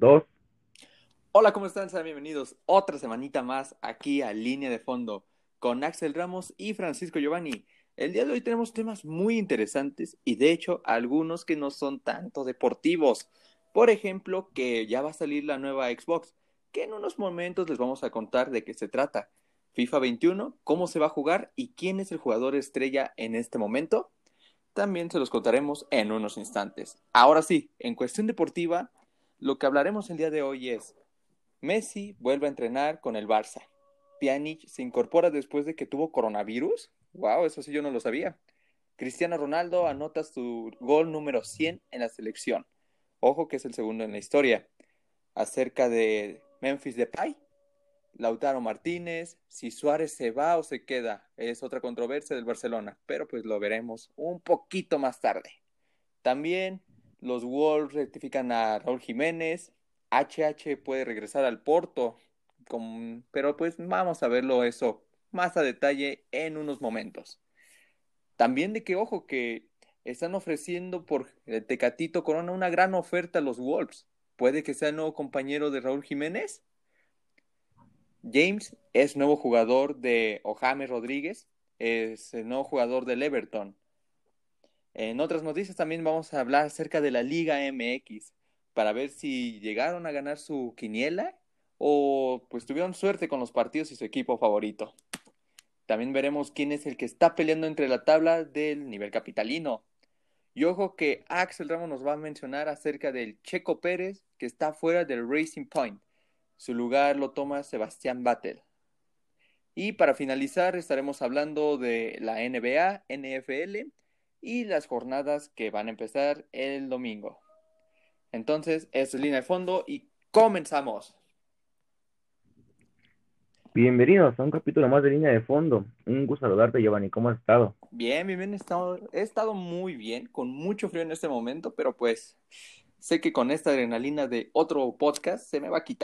Dos. Hola, ¿cómo están? Sean bienvenidos otra semanita más aquí a Línea de Fondo con Axel Ramos y Francisco Giovanni. El día de hoy tenemos temas muy interesantes y de hecho algunos que no son tanto deportivos. Por ejemplo, que ya va a salir la nueva Xbox, que en unos momentos les vamos a contar de qué se trata. FIFA 21, cómo se va a jugar y quién es el jugador estrella en este momento. También se los contaremos en unos instantes. Ahora sí, en cuestión deportiva, lo que hablaremos el día de hoy es: Messi vuelve a entrenar con el Barça. Pjanic se incorpora después de que tuvo coronavirus. Wow, eso sí yo no lo sabía. Cristiano Ronaldo anota su gol número 100 en la selección. Ojo que es el segundo en la historia. Acerca de Memphis Depay, Lautaro Martínez, si Suárez se va o se queda, es otra controversia del Barcelona, pero pues lo veremos un poquito más tarde. También los Wolves rectifican a Raúl Jiménez. HH puede regresar al Porto, pero pues vamos a verlo eso más a detalle en unos momentos. También de que ojo que están ofreciendo por el Tecatito Corona una gran oferta a los Wolves. Puede que sea el nuevo compañero de Raúl Jiménez. James es nuevo jugador de James Rodríguez, es el nuevo jugador del Everton. En otras noticias también vamos a hablar acerca de la Liga MX para ver si llegaron a ganar su quiniela o pues tuvieron suerte con los partidos y su equipo favorito. También veremos quién es el que está peleando entre la tabla del nivel capitalino. Y ojo que Axel Ramos nos va a mencionar acerca del Checo Pérez que está fuera del Racing Point. Su lugar lo toma Sebastián Vettel. Y para finalizar estaremos hablando de la NBA, NFL y las jornadas que van a empezar el domingo. Entonces, esta es Línea de Fondo y comenzamos. Bienvenidos a un capítulo más de Línea de Fondo. Un gusto saludarte, Giovanni. ¿Cómo has estado? Bien, bien, bien, he estado muy bien, con mucho frío en este momento, pero pues sé que con esta adrenalina de otro podcast se me va a quitar.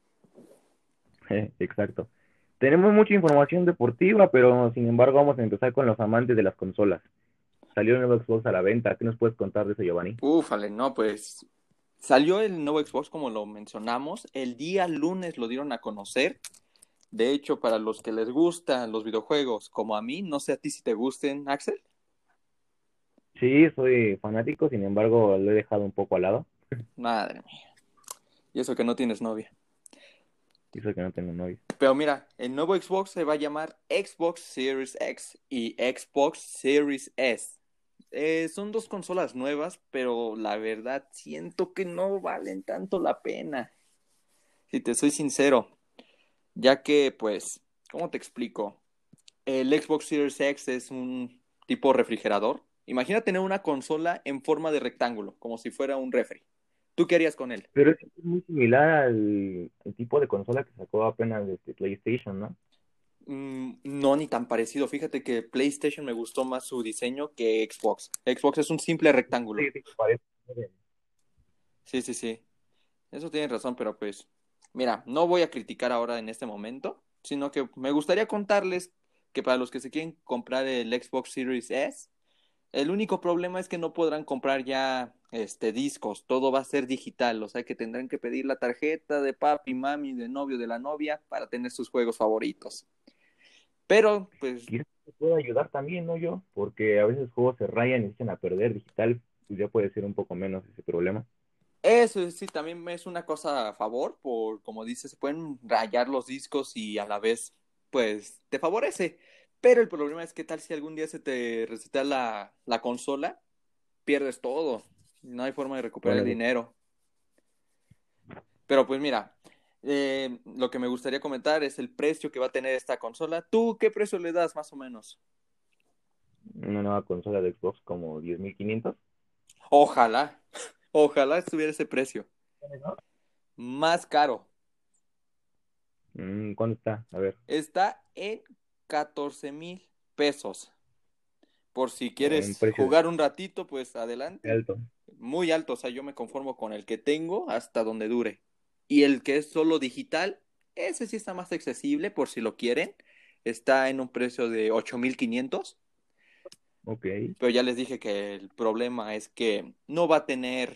Exacto. Tenemos mucha información deportiva, pero sin embargo vamos a empezar con los amantes de las consolas. Salió el nuevo Xbox a la venta. ¿Qué nos puedes contar de eso, Giovanni? Ufale, no, pues salió el nuevo Xbox como lo mencionamos, el día lunes lo dieron a conocer. De hecho, para los que les gustan los videojuegos, como a mí, no sé a ti si te gusten, Axel. Sí, soy fanático, sin embargo lo he dejado un poco al lado. Madre mía. Y eso que no tienes novia. Y eso que no tengo novio. Pero mira, el nuevo Xbox se va a llamar Xbox Series X y Xbox Series S. Son dos consolas nuevas, pero la verdad siento que no valen tanto la pena. Si te soy sincero, ya que pues, ¿cómo te explico? El Xbox Series X es un tipo refrigerador. Imagina tener una consola en forma de rectángulo, como si fuera un refri. ¿Tú qué harías con él? Pero es muy similar al tipo de consola que sacó apenas este PlayStation, ¿no? No, ni tan parecido. Fíjate que PlayStation me gustó más su diseño que Xbox. Xbox es un simple rectángulo. Sí, sí, parece. Sí, sí, sí. Eso tienes razón, pero pues, mira, no voy a criticar ahora en este momento, sino que me gustaría contarles que para los que se quieren comprar el Xbox Series S, el único problema es que no podrán comprar ya discos, todo va a ser digital, o sea que tendrán que pedir la tarjeta de papi, mami, de novio, de la novia para tener sus juegos favoritos. Pero, pues, Quizás te pueda ayudar también, ¿no? Yo, porque a veces los juegos se rayan y se echan a perder digital, pues ya puede ser un poco menos ese problema. eso sí también es una cosa a favor, por como dices, se pueden rayar los discos y a la vez, pues, te favorece. Pero el problema es que tal si algún día se te reseta la consola, pierdes todo. No hay forma de recuperar Bueno, el dinero. Pero pues mira, lo que me gustaría comentar es el precio que va a tener esta consola. ¿Tú qué precio le das más o menos? una nueva consola de Xbox como 10.500. Ojalá, ojalá estuviera ese precio. Más caro. ¿Cuánto está? A ver, Está en 14,000 pesos. Por si un quieres precio jugar un ratito, pues adelante. alto. Muy alto, o sea, yo me conformo con el que tengo hasta donde dure. Y el que es solo digital, ese sí está más accesible por si lo quieren. Está en un precio de 8,500. Ok. Pero ya les dije que el problema es que no va a tener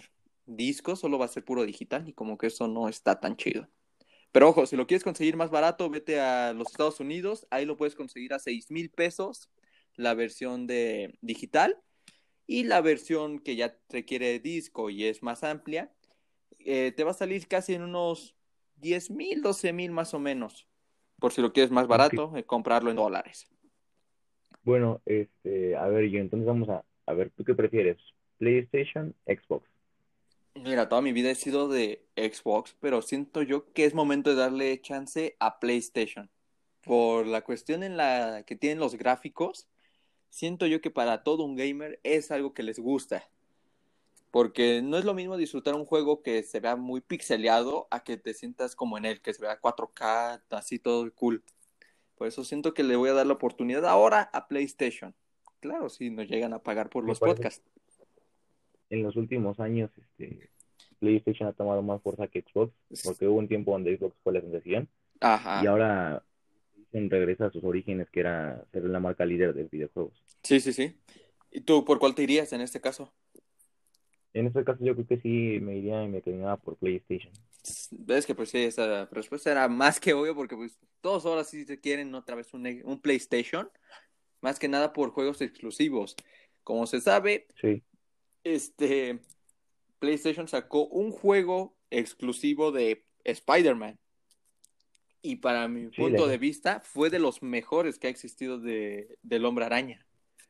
discos, solo va a ser puro digital y como que eso no está tan chido. Pero ojo, si lo quieres conseguir más barato, vete a los Estados Unidos, ahí lo puedes conseguir a 6,000 pesos la versión de digital y la versión que ya requiere disco y es más amplia, te va a salir casi en unos 10,000, 12,000 más o menos. Por si lo quieres más Ok. barato, comprarlo en dólares. Bueno, a ver, yo entonces vamos a ver, ¿tú qué prefieres? ¿PlayStation, Xbox? Mira, toda mi vida he sido de Xbox, pero siento yo que es momento de darle chance a PlayStation. Por la cuestión en la que tienen los gráficos, siento yo que para todo un gamer es algo que les gusta. Porque no es lo mismo disfrutar un juego que se vea muy pixeleado a que te sientas como en el que se vea 4K, así todo cool. Por eso siento que le voy a dar la oportunidad ahora a PlayStation. Claro, si nos llegan a pagar por Me los parece podcasts. que en los últimos años, PlayStation ha tomado más fuerza que Xbox, porque hubo un tiempo donde Xbox fue la sensación, y Ajá. ahora regresa a sus orígenes, que era ser la marca líder de videojuegos. Sí, sí, sí. ¿Y tú por cuál te irías en este caso? En este caso yo creo que sí me iría y me terminaba por PlayStation. Ves que pues sí, esa respuesta era más que obvio porque pues todos ahora sí se quieren otra vez un PlayStation, más que nada por juegos exclusivos. Como se sabe, Sí, este PlayStation sacó un juego exclusivo de Spider-Man y para mi sí, punto de vista fue de los mejores que ha existido del Hombre Araña.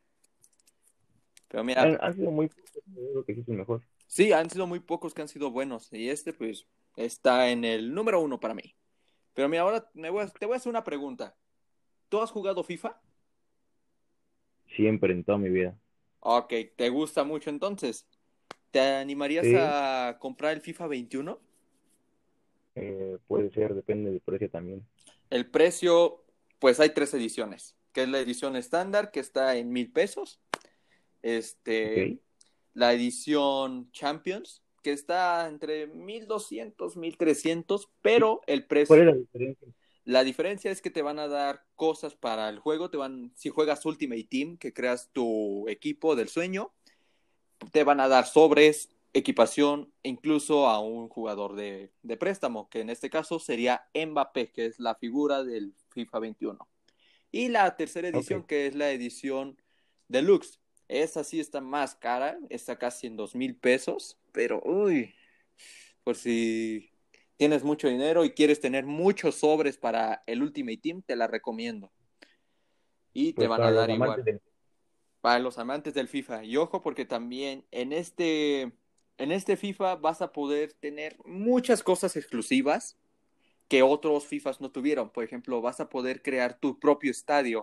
Pero mira, han sido muy pocos, yo creo que sí es el mejor. sí, han sido muy pocos que han sido buenos y este pues está en el número uno para mí. Pero mira, ahora te voy a hacer una pregunta. ¿Tú has jugado FIFA? Siempre en toda mi vida. Ok, ¿te gusta mucho entonces? ¿Te animarías Sí, a comprar el FIFA 21? puede ser, depende del precio también. El precio, pues hay tres ediciones, que es la edición estándar, que está en 1,000 pesos. Este, Ok. la edición Champions, que está entre 1,200, 1,300, ¿Y pero el cuál es precio, la diferencia? la diferencia es que te van a dar cosas para el juego, si juegas Ultimate Team, que creas tu equipo del sueño, te van a dar sobres, equipación, e incluso a un jugador de préstamo, que en este caso sería Mbappé, que es la figura del FIFA 21. Y la tercera Ok, edición, que es la edición Deluxe. Esa sí está más cara, está casi en 2,000 pesos, pero uy, por si tienes mucho dinero y quieres tener muchos sobres para el Ultimate Team, te la recomiendo. Y te pues van para a los dar igual amantes del... para los amantes del FIFA. Y ojo, porque también en este FIFA vas a poder tener muchas cosas exclusivas que otros FIFAs no tuvieron. Por ejemplo, vas a poder crear tu propio estadio.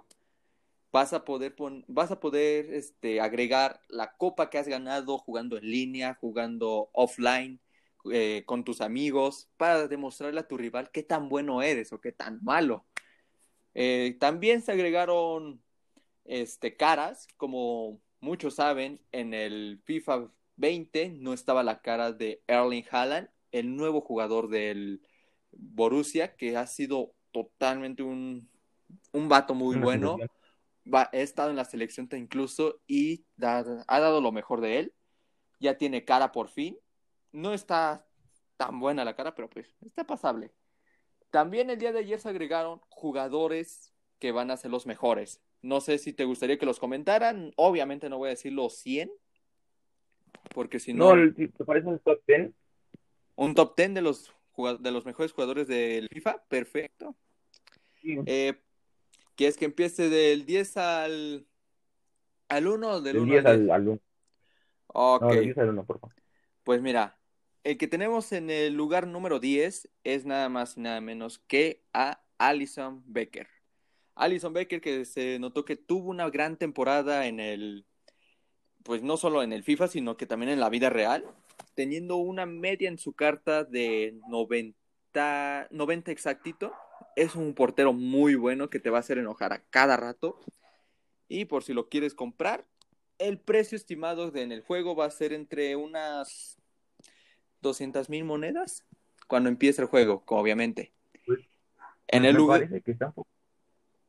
Vas a poder agregar la copa que has ganado jugando en línea, jugando offline, con tus amigos, para demostrarle a tu rival qué tan bueno eres o qué tan malo. También se agregaron caras, como muchos saben, en el FIFA 20 no estaba la cara de Erling Haaland, el nuevo jugador del Borussia, que ha sido totalmente un vato muy Una bueno. sensación. He estado en la selección incluso y ha dado lo mejor de él. Ya tiene cara por fin. No está tan buena la cara, pero pues está pasable. También el día de ayer se agregaron jugadores que van a ser los mejores. No sé si te gustaría que los comentaran. Obviamente no voy a decir los 100, porque si No, no, ¿te parece un top 10? un top 10 de los mejores jugadores del FIFA. Perfecto. Sí, Eh, ¿Quieres que empiece del 10 al 1 o del del 1 al 10 10? al 1. Ok, No, del 10 al 1, por favor. pues mira, el que tenemos en el lugar número 10 es nada más y nada menos que a Alison Becker. Alison Becker, que se notó que tuvo una gran temporada pues no solo en el FIFA, sino que también en la vida real, teniendo una media en su carta de 90 exactito. Es un portero muy bueno que te va a hacer enojar a cada rato. Y por si lo quieres comprar, el precio estimado en el juego va a ser entre unas 200,000 monedas cuando empiece el juego, obviamente. Pues, En el me lugar, parece que está un poco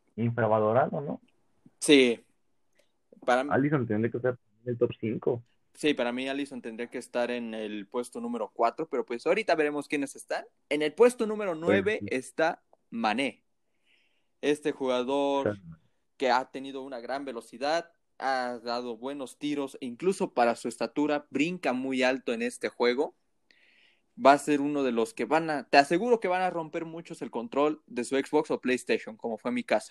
infravalorado, ¿no? sí, para, Allison tendría que estar en el top 5. Sí, para mí Alisson tendría que estar en el puesto número 4, pero pues ahorita veremos quiénes están. En el puesto número Pues 9 sí, está Mané, este jugador está- que ha tenido una gran velocidad, ha dado buenos tiros e incluso para su estatura brinca muy alto en este juego. Va a ser uno de los que te aseguro que van a romper muchos el control de su Xbox o PlayStation, como fue mi caso.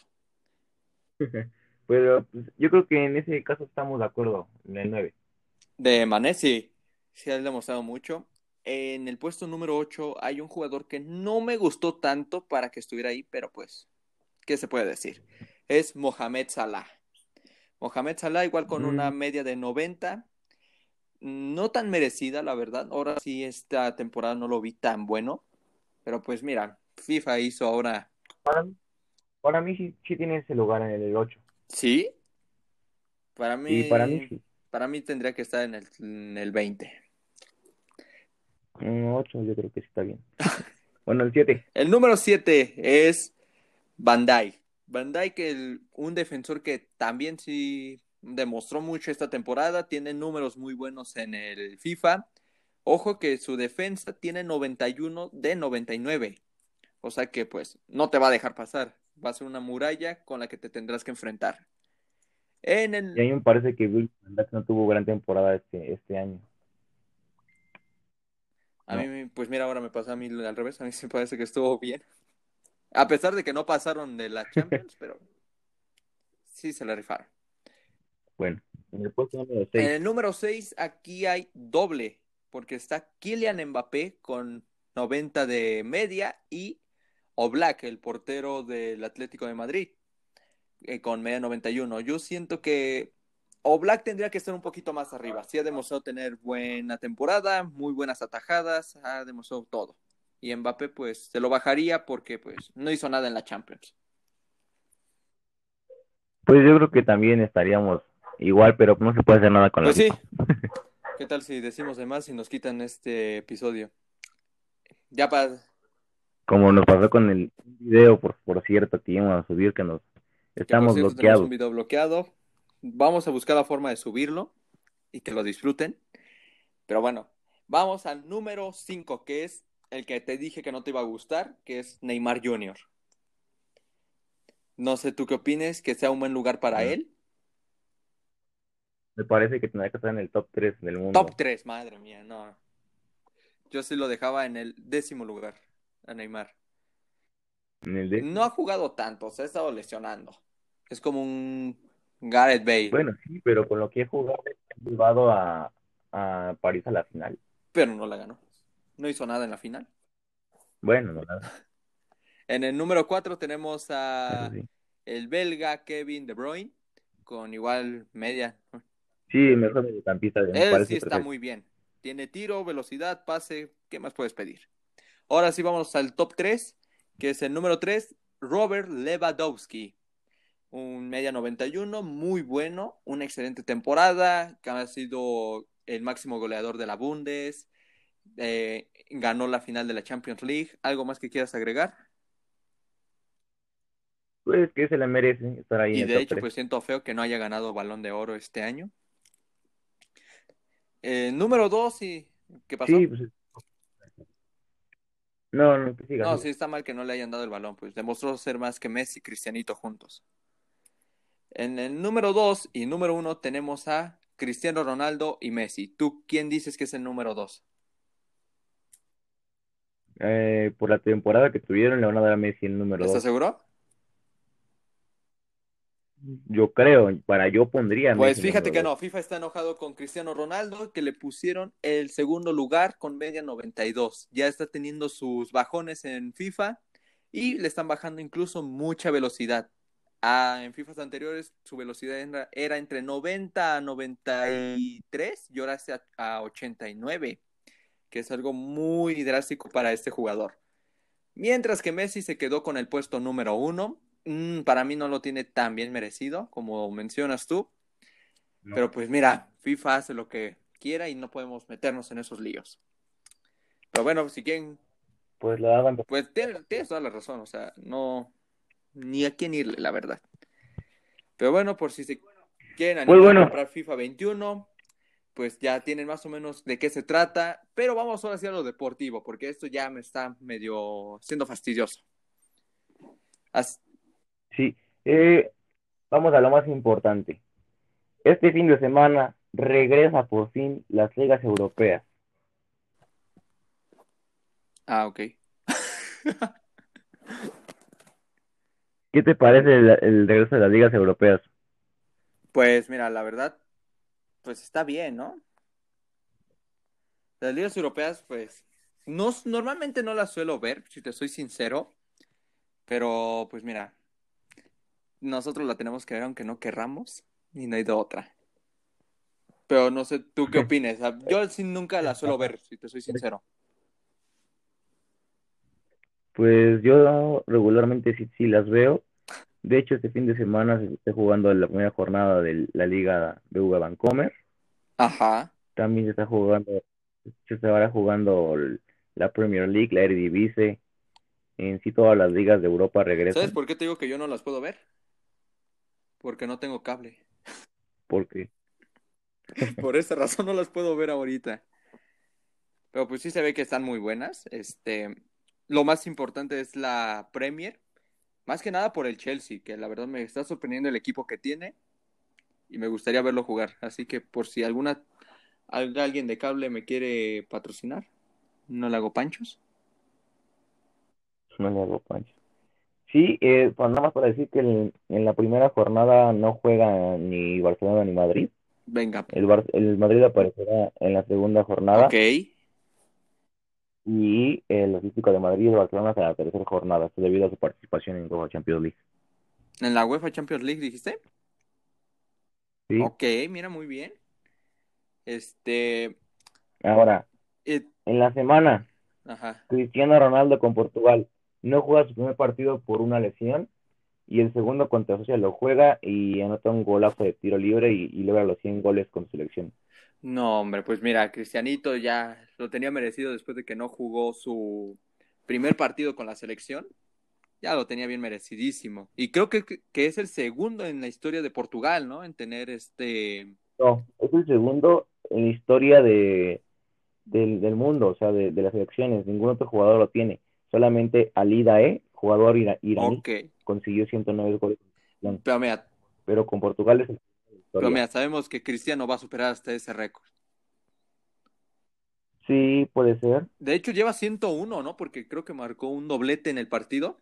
Pero pues, yo creo que en ese caso estamos de acuerdo, en el 9. De Mané, sí, sí ha demostrado mucho. En el puesto número 8 hay un jugador que no me gustó tanto para que estuviera ahí, pero pues, ¿qué se puede decir? Es Mohamed Salah. Mohamed Salah igual con una Mm, media de 90, no tan merecida, la verdad. Ahora sí, esta temporada no lo vi tan bueno, pero pues mira, FIFA hizo ahora, para, para mí sí, sí tiene ese lugar en el 8. sí, para Y para mí mí, sí. para mí tendría que estar en el 20. Un 8 yo creo que sí está bien. Bueno, el 7. El número 7 es Van Dijk. Van Dijk, un defensor que también sí demostró mucho esta temporada, tiene números muy buenos en el FIFA. Ojo que su defensa tiene 91 de 99. O sea que pues no te va a dejar pasar. Va a ser una muralla con la que te tendrás que enfrentar. En Y a el... mí me parece que Will Van Dijk no tuvo gran temporada este año, A ¿no? mí, pues mira, ahora me pasa a mí al revés. A mí sí parece que estuvo bien. A pesar de que no pasaron de la Champions, pero sí se la rifaron. Bueno, en el puesto número En 6. el número 6 aquí hay doble, porque está Kylian Mbappé con 90 de media y Oblak, el portero del Atlético de Madrid, con media 91. Yo siento que Oblak tendría que estar un poquito más arriba. Sí ha demostrado tener buena temporada, muy buenas atajadas, ha demostrado todo. Y Mbappé pues se lo bajaría porque pues no hizo nada en la Champions. Pues yo creo que también estaríamos igual, pero no se puede hacer nada con la Pues sí, FIFA. ¿qué tal si decimos de más y nos quitan este episodio? Ya para... Como nos pasó con el video, por cierto, que íbamos a subir, que nos Que por estamos cierto tenemos un bloqueados. video bloqueado. Vamos a buscar la forma de subirlo y que lo disfruten. Pero bueno, vamos al número 5 que es el que te dije que no te iba a gustar, que es Neymar Jr. No sé tú qué opines, que sea un buen lugar para Mm, él. Me parece que tendría que estar en el top 3 del Top mundo. 3 madre mía, no. Yo sí lo dejaba en el 10º lugar a Neymar. En el No ha décimo. jugado tanto, se ha estado lesionando. Es como un Gareth Bale, Bueno, sí, pero con lo que he jugado, he llevado a París a la final. pero no la ganó. No hizo nada en la final. Bueno, no nada, En el número 4 tenemos eso a sí. el belga Kevin De Bruyne con igual media. Sí, mejor mediocampista, me Él sí parece está perfecto. muy bien. Tiene tiro, velocidad, pase. ¿Qué más puedes pedir? Ahora sí vamos al top 3, que es el número 3, Robert Lewandowski. Un media 91, muy bueno, una excelente temporada, que ha sido el máximo goleador de la Bundes, ganó la final de la Champions League. ¿Algo más que quieras agregar? Pues que se le merece estar ahí en Y el de top hecho, 3. pues siento feo que no haya ganado Balón de Oro este año. Número 2, ¿y qué Sí, pasó? pues no, no, que siga, No, siga. sí está mal que no le hayan dado el balón, pues demostró ser más que Messi y Cristianito juntos. En el número 2 y número 1 tenemos a Cristiano Ronaldo y Messi. ¿Tú quién dices que es el número 2? Por la temporada que tuvieron, le van a dar a Messi el número ¿Estás 2. seguro? Yo creo, yo pondría a Pues Messi fíjate número que 2. no, FIFA está enojado con Cristiano Ronaldo, que le pusieron el segundo lugar con media 92. Ya está teniendo sus bajones en FIFA y le están bajando incluso mucha velocidad. En FIFAs anteriores su velocidad era entre 90 a 93 y ahora está a 89, que es algo muy drástico para este jugador. Mientras que Messi se quedó con el puesto número 1, para mí no lo tiene tan bien merecido como mencionas tú. No, Pero pues mira, FIFA hace lo que quiera y no podemos meternos en esos líos. Pero bueno, si quieren, pues lo daban. pues tienes toda la razón, o sea, no, ni a quién irle, la verdad. Pero bueno, por si se quieren Pues animar a bueno, comprar FIFA 21, pues ya tienen más o menos de qué se trata, pero vamos ahora sí a lo deportivo, porque esto ya me está medio siendo fastidioso. As- Sí, vamos a lo más importante. Este fin de semana regresa por fin las ligas europeas. ok. ¿Qué te parece el regreso de las ligas europeas? Pues mira, la verdad, pues está bien, ¿no? Las ligas europeas, pues, no, normalmente no las suelo ver, si te soy sincero, pero pues mira, nosotros la tenemos que ver aunque no querramos, y no hay de otra. Pero no sé, ¿tú qué opinas? Yo sí nunca la suelo ver, si te soy sincero. Pues yo regularmente sí las veo. De hecho, este fin de semana se está jugando la primera jornada de la Liga BV Vancomer. Ajá. También se estará jugando la Premier League, la Eredivisie. En sí todas las ligas de Europa ¿Sabes regresan por qué te digo que yo no las puedo ver? Porque no tengo cable. porque Por esa razón no las puedo ver ahorita. Pero pues sí se ve que están muy buenas. Lo más importante es la Premier. Más que nada por el Chelsea, que la verdad me está sorprendiendo el equipo que tiene y me gustaría verlo jugar. Así que por si alguien de cable me quiere patrocinar, no le hago panchos. no le hago pancho. Sí, pues nada más para decir que en la primera jornada no juega ni Barcelona ni Madrid. Venga. El Madrid aparecerá en la segunda Ok. jornada y el Atlético de Madrid y el Barcelona en la tercera jornada, esto debido a su participación en UEFA Champions League. En la UEFA Champions League dijiste. Sí, Ok, mira, muy bien. Este, ahora, it- en la semana, ajá. Cristiano Ronaldo con Portugal no juega su primer partido por una lesión y el segundo contra Suecia lo juega y anota un golazo de tiro libre y logra los 100 goles con su selección. No, hombre, pues mira, Cristianito ya lo tenía merecido después de que no jugó su primer partido con la selección. Ya lo tenía bien merecidísimo. Y creo que es el segundo en la historia de Portugal, ¿no? En tener No, es el segundo en la historia del mundo, o sea, de las selecciones. Ningún otro jugador lo tiene. Solamente Ali Daei, jugador iraní, Ok. consiguió 109 goles con la selección. Pero mira, Pero con Portugal es el segundo en la pero historia. mira, sabemos que Cristiano va a superar hasta ese récord. Sí, puede ser. De hecho, lleva 101, ¿no? Porque creo que marcó un doblete en el partido.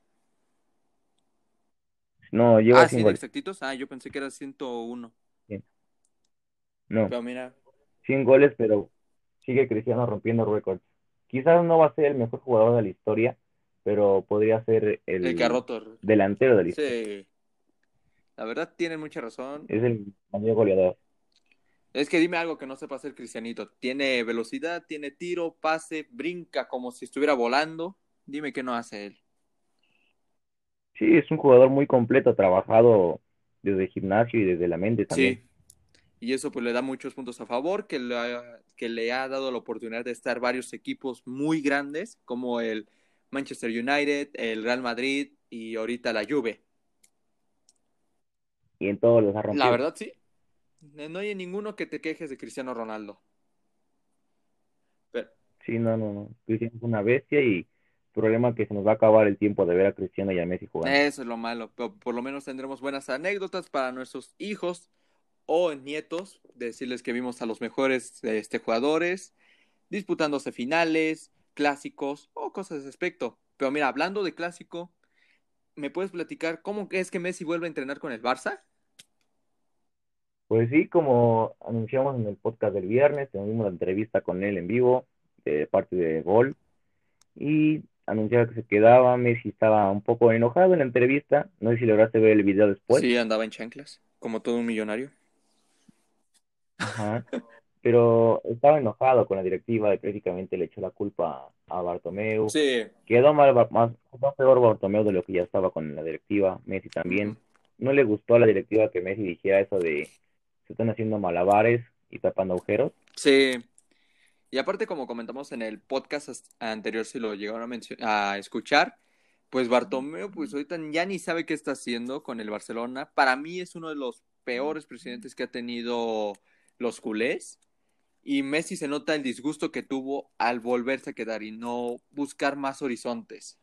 No, lleva Ah, 100 100 goles. exactitos. Ah, yo pensé que era 101. 100. No, Pero mira, 100 goles, pero sigue Cristiano rompiendo récords. Quizás no va a ser el mejor jugador de la historia, pero podría ser el que ha el roto. delantero de la historia. Sí, la verdad tienen mucha razón. Es el mayor goleador. Es que dime algo que no sepa hacer Cristianito. Tiene velocidad, tiene tiro, pase, brinca como si estuviera volando. Dime qué no hace él. Sí, es un jugador muy completo, trabajado desde el gimnasio y desde la mente también. Sí, y eso pues le da muchos puntos a favor, que le ha dado la oportunidad de estar varios equipos muy grandes, como el Manchester United, el Real Madrid y ahorita la Juve. Y en todos los ha La rompido. verdad sí, no hay ninguno que te quejes de Cristiano Ronaldo. Pero Sí, no, no, no. Cristiano es una bestia y problema que se nos va a acabar el tiempo de ver a Cristiano y a Messi jugando. eso es lo malo, pero por lo menos tendremos buenas anécdotas para nuestros hijos o nietos, decirles que vimos a los mejores jugadores disputándose finales, clásicos o cosas de ese aspecto. Pero mira, hablando de clásico, ¿me puedes platicar cómo es que Messi vuelve a entrenar con el Barça? Pues sí, como anunciamos en el podcast del viernes, tuvimos la entrevista con él en vivo, de parte de Gol, y anunciaba que se quedaba. Messi estaba un poco enojado en la entrevista, no sé si lograste ver el video después. Sí, andaba en chanclas, como todo un millonario. Ajá. Pero estaba enojado con la directiva y prácticamente le echó la culpa a Bartomeu. Sí. Quedó quedó peor Bartomeu de lo que ya estaba con la directiva, Messi Ujú. también. No le gustó a la directiva que Messi dijera eso de se están haciendo malabares y tapando agujeros. Sí. Y aparte, como comentamos en el podcast anterior, si lo llegaron a escuchar, pues Bartomeu, pues ahorita ya ni sabe qué está haciendo con el Barcelona. Para mí es uno de los peores presidentes que ha tenido los culés. Y Messi se nota el disgusto que tuvo al volverse a quedar y no buscar más horizontes.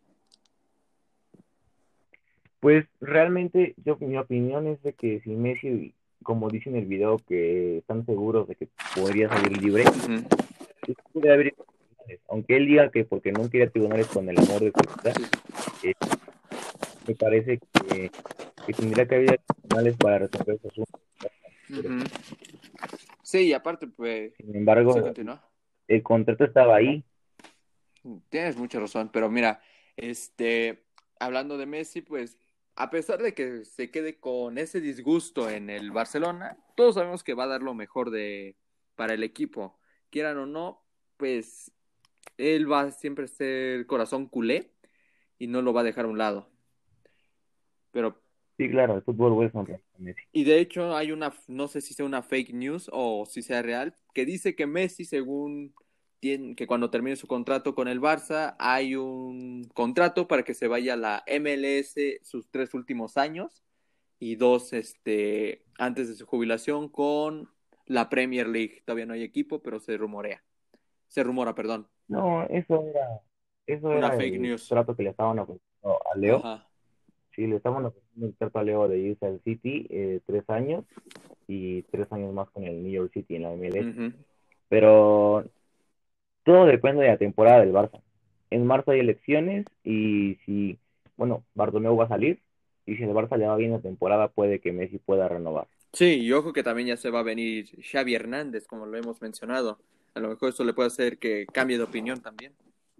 Pues realmente mi opinión es de que si Messi, como dice en el video, que están seguros de que podría salir libre, Uh-huh. sí puede haber tribunales. Aunque él diga que porque no quiere tribunales con el amor de su vida, Sí. eh, me parece que tendría que haber tribunales para resolver esos asuntos. Uh-huh. Sí, y aparte, pues, Sin sí, embargo, continúa. el contrato estaba ahí. Tienes mucha razón, pero mira, hablando de Messi, pues, a pesar de que se quede con ese disgusto en el Barcelona, todos sabemos que va a dar lo mejor para el equipo. Quieran o no, pues, él va a siempre ser corazón culé y no lo va a dejar a un lado. Pero, Sí, claro, el fútbol güey, es un Messi. y de hecho hay no sé si sea una fake news o si sea real, que dice que Messi, según que cuando termine su contrato con el Barça, hay un contrato para que se vaya a la MLS sus 3 últimos años y dos, antes de su jubilación con la Premier League. Todavía no hay equipo, pero se rumora, perdón. No, eso Una era fake el news. trato que le estaban ofreciendo a Leo. Ajá. Sí, le estaban ofreciendo el trato a Leo de irse al City 3 años y 3 años más con el New York City en la MLS. Ujú. Pero todo depende de la temporada del Barça. En marzo hay elecciones y si, bueno, Bartomeu va a salir y si el Barça le va bien la temporada puede que Messi pueda renovar. Sí, y ojo que también ya se va a venir Xavi Hernández, como lo hemos mencionado. A lo mejor eso le puede hacer que cambie de opinión también.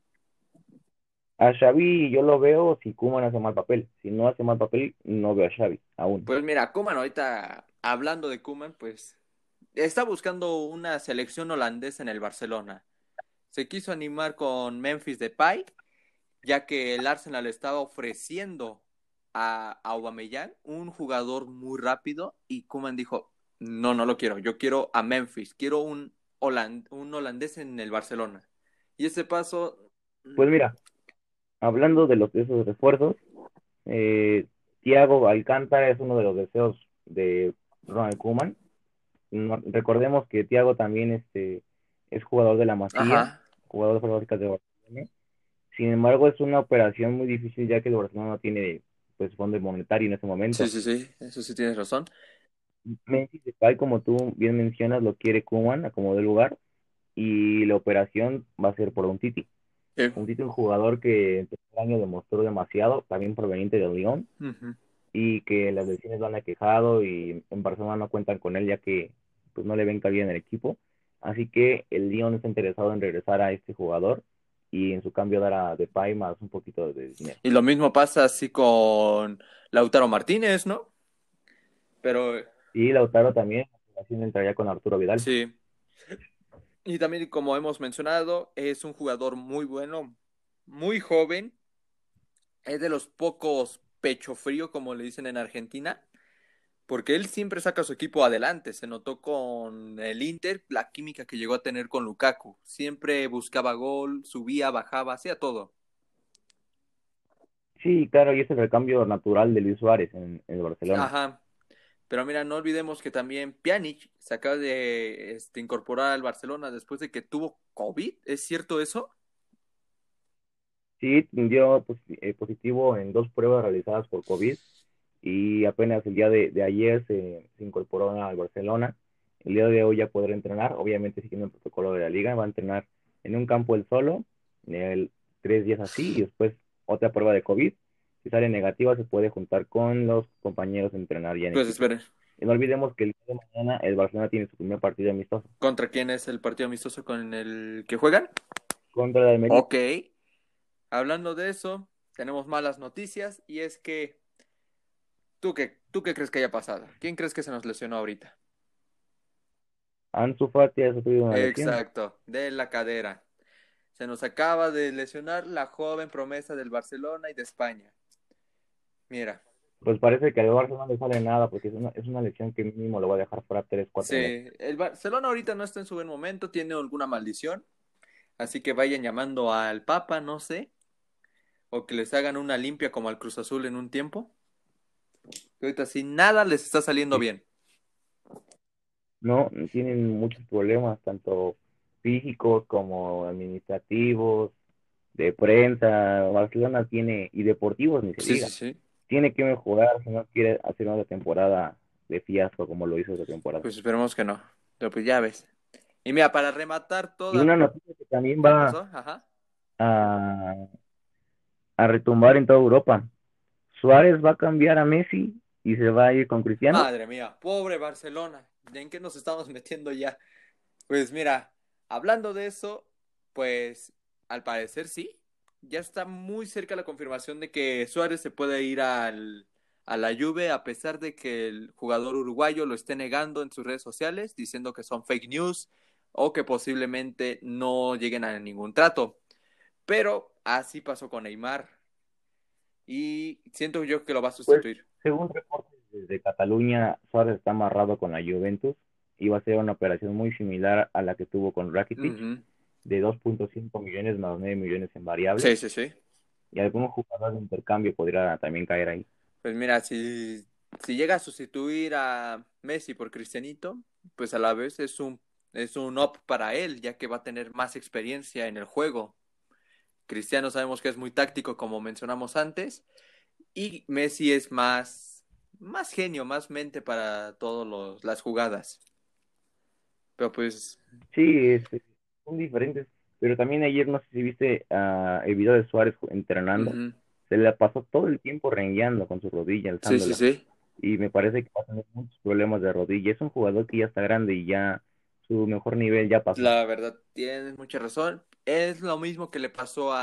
A Xavi yo lo veo si Koeman hace mal papel. Si no hace mal papel, no veo a Xavi aún. Pues mira, Koeman ahorita, hablando de Koeman, pues está buscando una selección holandesa en el Barcelona. Se quiso animar con Memphis Depay, ya que el Arsenal estaba ofreciendo a Aubameyang, un jugador muy rápido, y Koeman dijo, no, no lo quiero, yo quiero a Memphis, quiero un holandés en el Barcelona. Y ese paso, Pues mira, hablando de esos refuerzos, Thiago Alcántara es uno de los deseos de Ronald Koeman. Recordemos que Thiago también es jugador de la Masía, ajá, jugador de Fuerzas Básicas de Barcelona. Sin embargo, es una operación muy difícil ya que el Barcelona no tiene pues fondo monetario en ese sí, momento. sí, sí, eso sí tienes razón. Memphis Depay, como tú bien mencionas, lo quiere Koeman a como de lugar y la operación va a ser por un Titi. Sí. Un Titi, un jugador que en el año demostró demasiado, también proveniente del Lyon, Ujú. y que las lesiones lo han aquejado y en Barcelona no cuentan con él ya que pues no le ven cabida en el equipo. Así que el Lyon está interesado en regresar a este jugador y en su cambio dar a Depay más un poquito de dinero. Y lo mismo pasa así con Lautaro Martínez, ¿no? Pero Y Lautaro también, así entraría con Arturo Vidal. sí. Y también, como hemos mencionado, es un jugador muy bueno, muy joven. Es de los pocos pecho frío, como le dicen en Argentina, porque él siempre saca a su equipo adelante. Se notó con el Inter la química que llegó a tener con Lukaku. Siempre buscaba gol, subía, bajaba, hacía todo. Sí, claro, y es el recambio natural de Luis Suárez en el Barcelona. Ajá. Pero mira, no olvidemos que también Pjanic se acaba de incorporar al Barcelona después de que tuvo COVID. ¿Es cierto eso? Sí, dio positivo en 2 pruebas realizadas por COVID y apenas el día de ayer se incorporó al Barcelona. El día de hoy ya podrá entrenar, obviamente siguiendo el protocolo de la liga, va a entrenar en un campo él solo, 3 días así y después otra prueba de COVID. Si sale negativa se puede juntar con los compañeros a entrenar ya en Pues equipo. esperen. Y no olvidemos que el día de mañana el Barcelona tiene su primer partido amistoso ¿Contra quién es el partido amistoso con el que juegan? contra el Almería. Ok. Hablando de eso, tenemos malas noticias y es que ¿tú qué crees que haya pasado? ¿Quién crees que se nos lesionó ahorita? Ansu Fati ha sufrido una lesión. Exacto, de la cadera. Se nos acaba de lesionar la joven promesa del Barcelona y de España. Mira, Pues parece que al Barça no le sale nada porque es una lesión que mínimo lo va a dejar fuera 3, 4 meses. sí, el Barcelona ahorita no está en su buen momento, tiene alguna maldición, así que vayan llamando al Papa, no sé, o que les hagan una limpia como al Cruz Azul en un tiempo. Que ahorita sí nada les está saliendo Sí, bien. no, tienen muchos problemas, tanto físicos como administrativos, de prensa. Barcelona tiene, y deportivos ni se Sí, sí, diga, sí. tiene que mejorar si no quiere hacer una temporada de fiasco como lo hizo esta temporada. Pues esperemos que no. Pero pues ya ves. Y mira, para rematar Y toda... una noticia que también ¿Qué va pasó? Ajá. a, a retumbar en toda Europa. Suárez va a cambiar a Messi y se va a ir con Cristiano. Madre mía, pobre Barcelona. ¿En qué nos estamos metiendo ya? Pues mira, hablando de eso, pues al parecer sí. Ya está muy cerca la confirmación de que Suárez se puede ir a la Juve a pesar de que el jugador uruguayo lo esté negando en sus redes sociales, diciendo que son fake news o que posiblemente no lleguen a ningún trato. Pero así pasó con Neymar y siento yo que lo va a Pues, sustituir. según reportes desde Cataluña, Suárez está amarrado con la Juventus y va a ser una operación muy similar a la que tuvo con Rakitic, Ujú. de 2.5 millones más 9 millones en variables, Sí, sí, sí. y algún jugador de intercambio podría también caer ahí. Pues mira, si llega a sustituir a Messi por Cristianito, pues a la vez es un up para él, ya que va a tener más experiencia en el juego. Cristiano sabemos que es muy táctico, como mencionamos antes, y Messi es más genio, más mente para todas las jugadas. Pero pues, Sí, son diferentes, pero también ayer no sé si viste el video de Suárez entrenando, ujú. se le pasó todo el tiempo rengueando con su rodilla, Sí, sí, alzándola, sí. y me parece que va a tener muchos problemas de rodilla. Es un jugador que ya está grande y ya su mejor nivel ya pasó. La verdad, tienes mucha razón. Es lo mismo que le pasó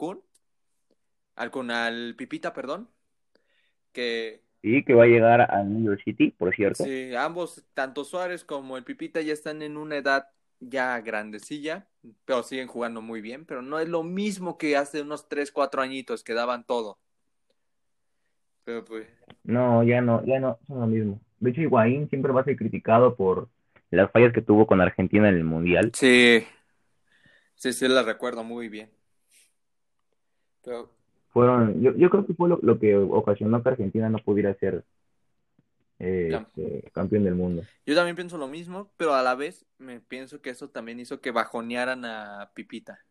al Pipita, perdón, que Y que va a llegar al New York City, por cierto. sí, ambos, tanto Suárez como el Pipita, ya están en una edad ya grandecilla, pero siguen jugando muy bien, pero no es lo mismo que hace unos 3 4 añitos que daban todo. Pero pues, No, ya no son lo mismo. De hecho, Higuaín siempre va a ser criticado por las fallas que tuvo con Argentina en el Mundial. sí, sí, sí, la recuerdo muy bien. Pero Yo creo que fue lo que ocasionó que Argentina no pudiera ser ya, campeón del mundo. yo también pienso lo mismo, pero a la vez me pienso que eso también hizo que bajonearan a Pipita.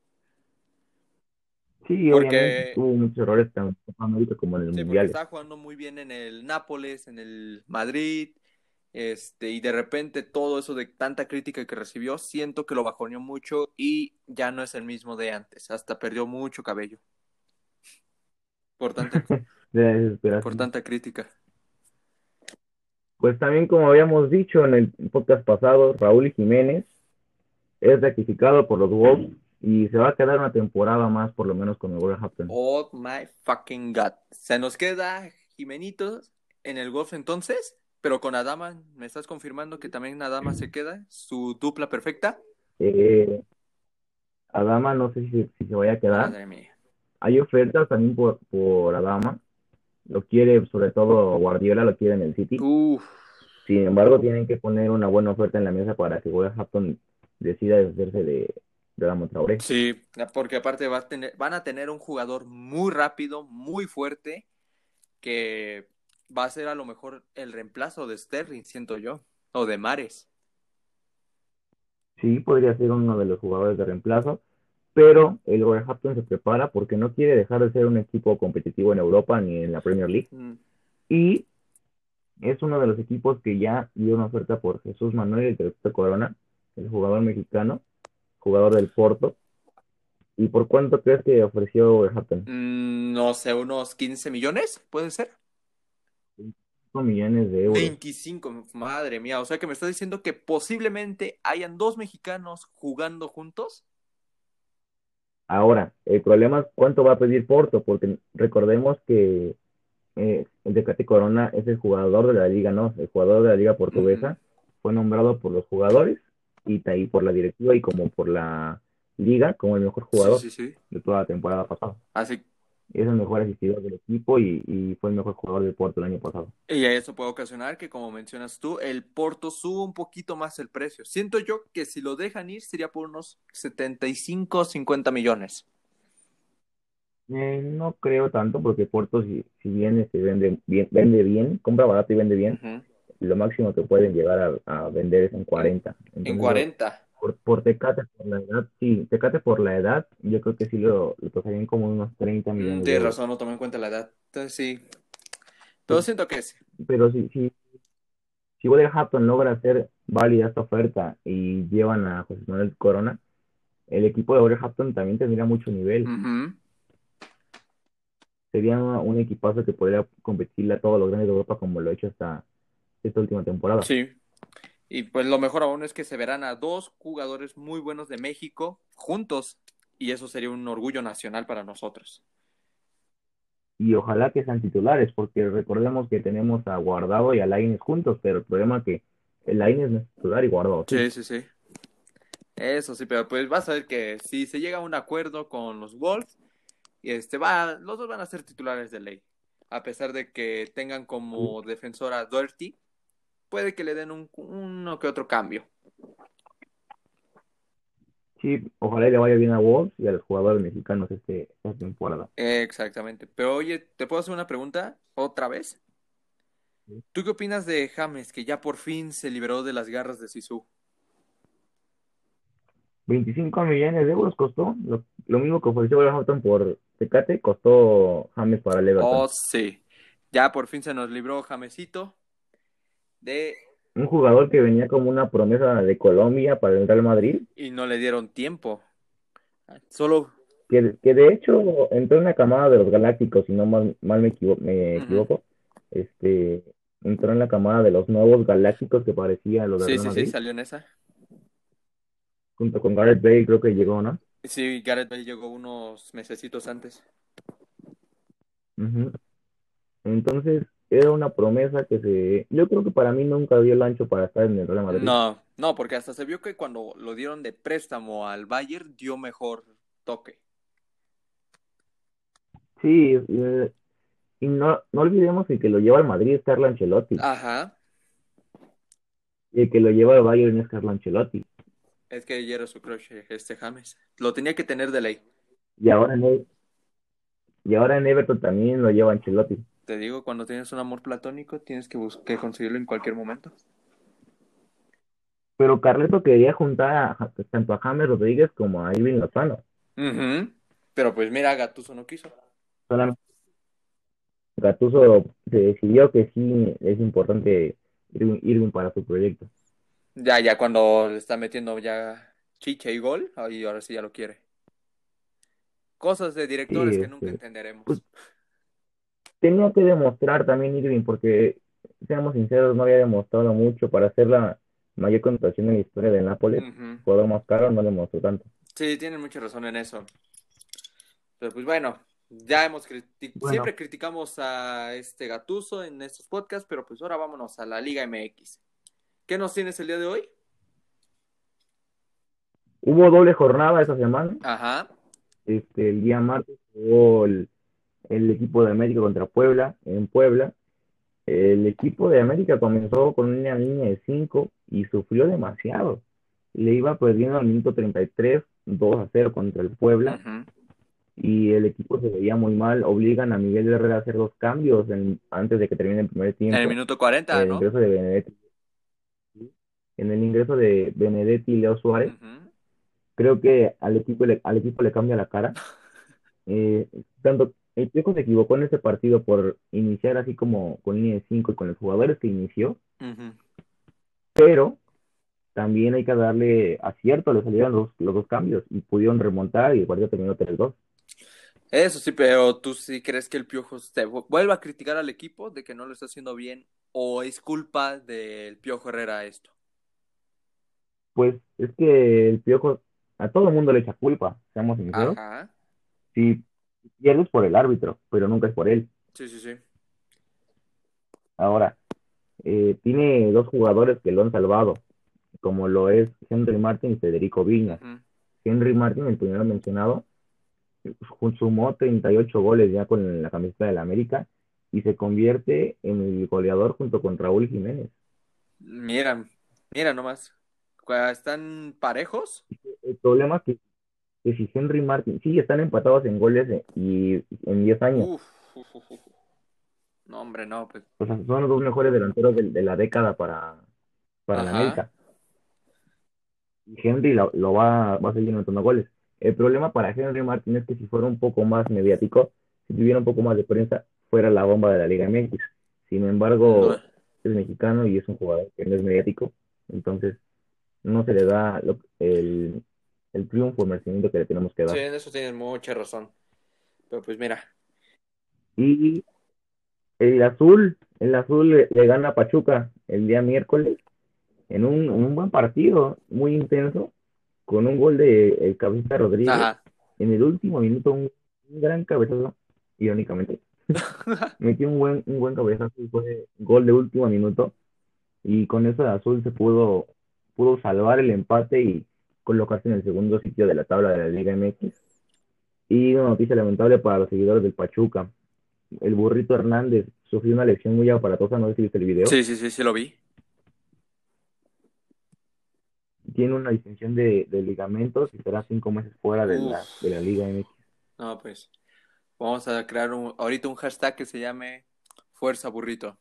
Sí, obviamente Porque tuvo muchos errores tanto en Copa América como en el sí, porque Mundial. estaba jugando muy bien en el Nápoles, en el Madrid, y de repente todo eso de tanta crítica que recibió, siento que lo bajoneó mucho y ya no es el mismo de antes, hasta perdió mucho cabello por tanta, De la por desesperación. tanta crítica. Pues también, como habíamos dicho en el podcast pasado, Raúl Jiménez es rectificado por los Wolves y se va a quedar una temporada más, por lo menos, con el Wolverhampton. Oh my fucking god. Se nos queda Jimenitos en el golf entonces, pero con Adama, ¿me estás confirmando que también Adama se queda? ¿Su dupla perfecta? Eh, Adama no sé si se vaya a quedar. Madre mía. Hay ofertas también por Adama. Lo quiere, sobre todo Guardiola, lo quiere en el City. Uf. Sin embargo, tienen que poner una buena oferta en la mesa para que Wolverhampton decida deshacerse de Adama Traoré. Sí, porque aparte van a tener un jugador muy rápido, muy fuerte, que va a ser a lo mejor el reemplazo de Sterling, siento yo, o de Mares. Sí, podría ser uno de los jugadores de reemplazo, pero el Wolverhampton se prepara porque no quiere dejar de ser un equipo competitivo en Europa ni en la Premier League. Mm. Y es uno de los equipos que ya dio una oferta por Jesús Manuel de Corona, el jugador mexicano, jugador del Porto. ¿Y por cuánto crees que ofreció Wolverhampton? No sé, unos 15 millones, ¿puede ser? 5 millones de euros. 25, madre mía, o sea que me está diciendo que posiblemente hayan dos mexicanos jugando juntos. Ahora, el problema es cuánto va a pedir Porto, porque recordemos que el Tecate Corona es el jugador de la liga, ¿no? El jugador de la liga Ujú. portuguesa fue nombrado por los jugadores y por la directiva y como por la liga como el mejor Sí, jugador sí, sí. de toda la temporada pasada. Así, Es el mejor asistidor del equipo y fue el mejor jugador del Porto el año pasado. y eso puede ocasionar que, como mencionas tú, el Porto suba un poquito más el precio. Siento yo que si lo dejan ir sería por unos 75 50 millones. No creo tanto porque Porto, si bien vende bien, compra barato y vende bien, Ujú. lo máximo que pueden llegar a vender es en En, 40. en Entonces, 40. por Tecate, por la edad, sí, Tecate por la edad, yo creo que sí lo tocarían como unos 30 millones de Tienes euros. razón, no tomé en cuenta la edad. Entonces sí, pero Sí, siento que sí. pero si Wolverhampton logra hacer válida esta oferta y llevan a José Manuel Corona, el equipo de Wolverhampton también tendría mucho nivel. Ujú. Sería un equipazo que podría competirle a todos los grandes de Europa como lo ha hecho hasta esta última temporada. Sí. Y pues lo mejor aún es que se verán a dos jugadores muy buenos de México juntos. Y eso sería un orgullo nacional para nosotros. Y ojalá que sean titulares, porque recordemos que tenemos a Guardado y a Lainez juntos, pero el problema es que el Lainez no es titular y Guardado sí. Sí, sí, sí. Eso sí, pero pues vas a ver que si se llega a un acuerdo con los Wolves, los dos van a ser titulares de ley. A pesar de que tengan como defensora a Doherty, puede que le den uno que otro cambio. Sí, ojalá y le vaya bien a Wolves y a los jugadores mexicanos esta temporada. Exactamente. Pero oye, ¿te puedo hacer una pregunta otra vez? ¿Tú qué opinas de James, que ya por fin se liberó de las garras de Sisu? 25 millones de euros costó, lo mismo que ofreció Wolverhampton por Tecate, costó James para el Oh, Everton. sí. Ya por fin se nos libró Jamesito de... Un jugador que venía como una promesa de Colombia para el Real Madrid, Y no le dieron tiempo. Solo... que de hecho entró en la camada de los Galácticos, si no me Ujú. equivoco, este, entró en la camada de los nuevos Galácticos que parecía lo de Sí, Real sí, sí, Madrid, salió en esa. junto con Gareth Bale creo que llegó, ¿no? Sí, Gareth Bale llegó unos mesecitos antes. Ujú. Entonces, era una promesa yo creo que para mí nunca dio el ancho para estar en el Real Madrid. No, no, porque hasta se vio que cuando lo dieron de préstamo al Bayern dio mejor toque. Sí, y no olvidemos que el que lo lleva al Madrid es Carlo Ancelotti, Ajá, y el que lo lleva al Bayern es Carlo Ancelotti, es que ya era su crush, James. Lo tenía que tener de ley. y ahora en Everton también lo lleva Ancelotti. Te digo, cuando tienes un amor platónico, tienes que conseguirlo en cualquier momento. Pero Carleto quería juntar tanto a James Rodríguez como a Irving Lozano. Ujú. Pero pues mira, Gattuso no quiso. Solamente Gattuso se decidió que sí es importante Irving para su proyecto. Ya cuando le está metiendo ya chicha y gol, ahí ahora sí ya lo quiere. Cosas de Sí, directores que nunca pues entenderemos. tenía que demostrar también Irving, porque, seamos sinceros, no había demostrado mucho para hacer la mayor contratación en la historia del Nápoles. Ujú. Jugador más caro, no demostró tanto. Sí, tienen mucha razón en eso. Pero pues bueno, ya Bueno, siempre criticamos a este Gattuso en estos podcasts, pero pues ahora vámonos a la Liga MX. ¿Qué nos tienes el día de hoy? hubo doble jornada esa semana. Ajá. El día martes jugó el equipo de América contra Puebla, en Puebla. El equipo de América comenzó con una línea de 5 y sufrió demasiado. Le iba perdiendo al minuto 33, 2-0 contra el Puebla, Ujú. y el equipo se veía muy mal. Obligan a Miguel Herrera a hacer dos cambios antes de que termine el primer En el tiempo. minuto 40, El ¿no? ingreso de Benedetti, en el ingreso de Benedetti y Leo Suárez, Ujú. creo que al equipo le cambia la cara. Eh, tanto el Piojo se equivocó en ese partido por iniciar así como con línea de 5 y con los jugadores que inició, Ujú. pero también hay que darle acierto, le salieron los dos cambios y pudieron remontar y el partido terminó 3-2. Eso sí, pero ¿tú sí crees que el Piojo se vuelva a criticar al equipo de que no lo está haciendo bien o es culpa del Piojo Herrera esto? Pues es que el Piojo a todo el mundo le echa culpa, seamos sinceros. Ajá. Si pierdes por el árbitro, pero nunca es por él. Sí, sí, sí. Ahora, tiene dos jugadores que lo han salvado, como lo es Henry Martin y Federico Viñas. Ujú. Henry Martin, el primero mencionado, sumó 38 goles ya con la camiseta del América y se convierte en el goleador junto con Raúl Jiménez. Mira, mira nomás. ¿Están parejos? El problema es que si Henry Martin, sí, están empatados en goles y en 10 años, Uf, uf, uf, uf. No, hombre, no, pues. O sea, son los dos mejores delanteros de la década para la Ajá. América. Y Henry va a seguir anotando goles. El problema para Henry Martin es que si fuera un poco más mediático, si tuviera un poco más de prensa, fuera la bomba de la Liga MX. Sin No. embargo, es mexicano y es un jugador que no es mediático, entonces no se le da el triunfo, el merecimiento que le tenemos que Sí, dar. en eso tienes mucha razón. Pero pues mira. Y el azul le gana a Pachuca el día miércoles en un buen partido, muy intenso, con un gol de el Cabecita Rodríguez Ajá. en el último minuto, un gran cabezazo, irónicamente. Metió un buen cabezazo y fue gol de último minuto. Y con eso el azul pudo salvar el empate y colocarse en el segundo sitio de la tabla de la Liga MX. Y una noticia lamentable para los seguidores del Pachuca. El Burrito Hernández sufrió una lesión muy aparatosa, no sé si viste el video. Sí, sí, sí, sí lo vi. Tiene una distensión de ligamentos y estará 5 meses fuera de la Uf. Liga MX. No, pues. Vamos a crear ahorita un hashtag que se llame Fuerza Burrito.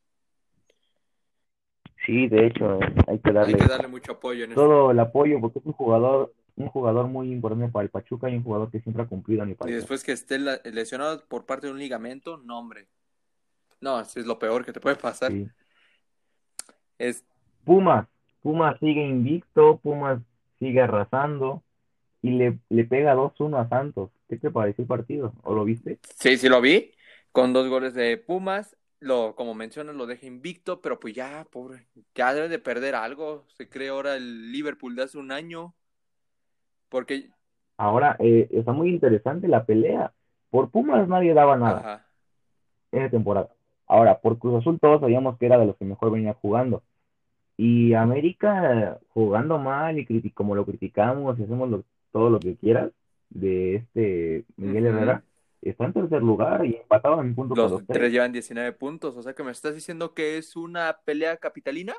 Sí, de hecho, hay que Hay darle que darle mucho apoyo en este. todo el apoyo porque es un jugador muy importante para el Pachuca y un jugador que siempre ha cumplido a mi Y parecer. después que esté lesionado por parte de un ligamento, no, hombre. No, eso es lo peor que te puede pasar. Sí. Es, Pumas, Pumas sigue invicto, Pumas sigue arrasando y le pega 2-1 a Santos. ¿Qué te pareció el partido? ¿O lo viste? sí, sí lo vi. Con 2 goles de Pumas. Como mencionas, lo deja invicto, pero pues ya, pobre. Ya debe de perder algo. Se cree ahora el Liverpool de hace un año. Porque, Ahora está muy interesante la pelea. Por Pumas nadie daba nada ajá. esa temporada. Ahora, por Cruz Azul todos sabíamos que era de los que mejor venía jugando. Y América jugando mal y como lo criticamos y hacemos todo lo que quieras de este Miguel Ujú. Herrera, está en tercer lugar y empatado en puntos con Los los tres. tres llevan 19 puntos. O sea que me estás diciendo que es una pelea capitalina.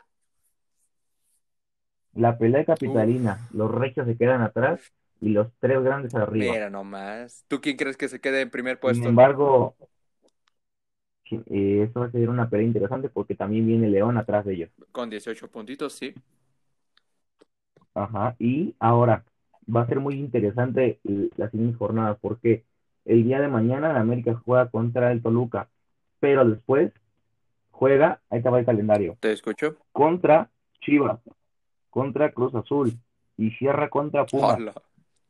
La pelea Uf. capitalina, los regios se quedan atrás y los tres grandes arriba. Mira nomás. ¿Tú quién crees que se quede en primer Sin puesto? embargo, sí, esto va a ser una pelea interesante porque también viene León atrás de ellos. Con 18 puntitos, sí. Ajá, y ahora va a ser muy interesante las siguientes jornadas porque el día de mañana el América juega contra el Toluca, pero después juega, ahí te va el calendario, ¿Te escucho? contra Chivas, contra Cruz Azul y cierra contra Pumas. Hola.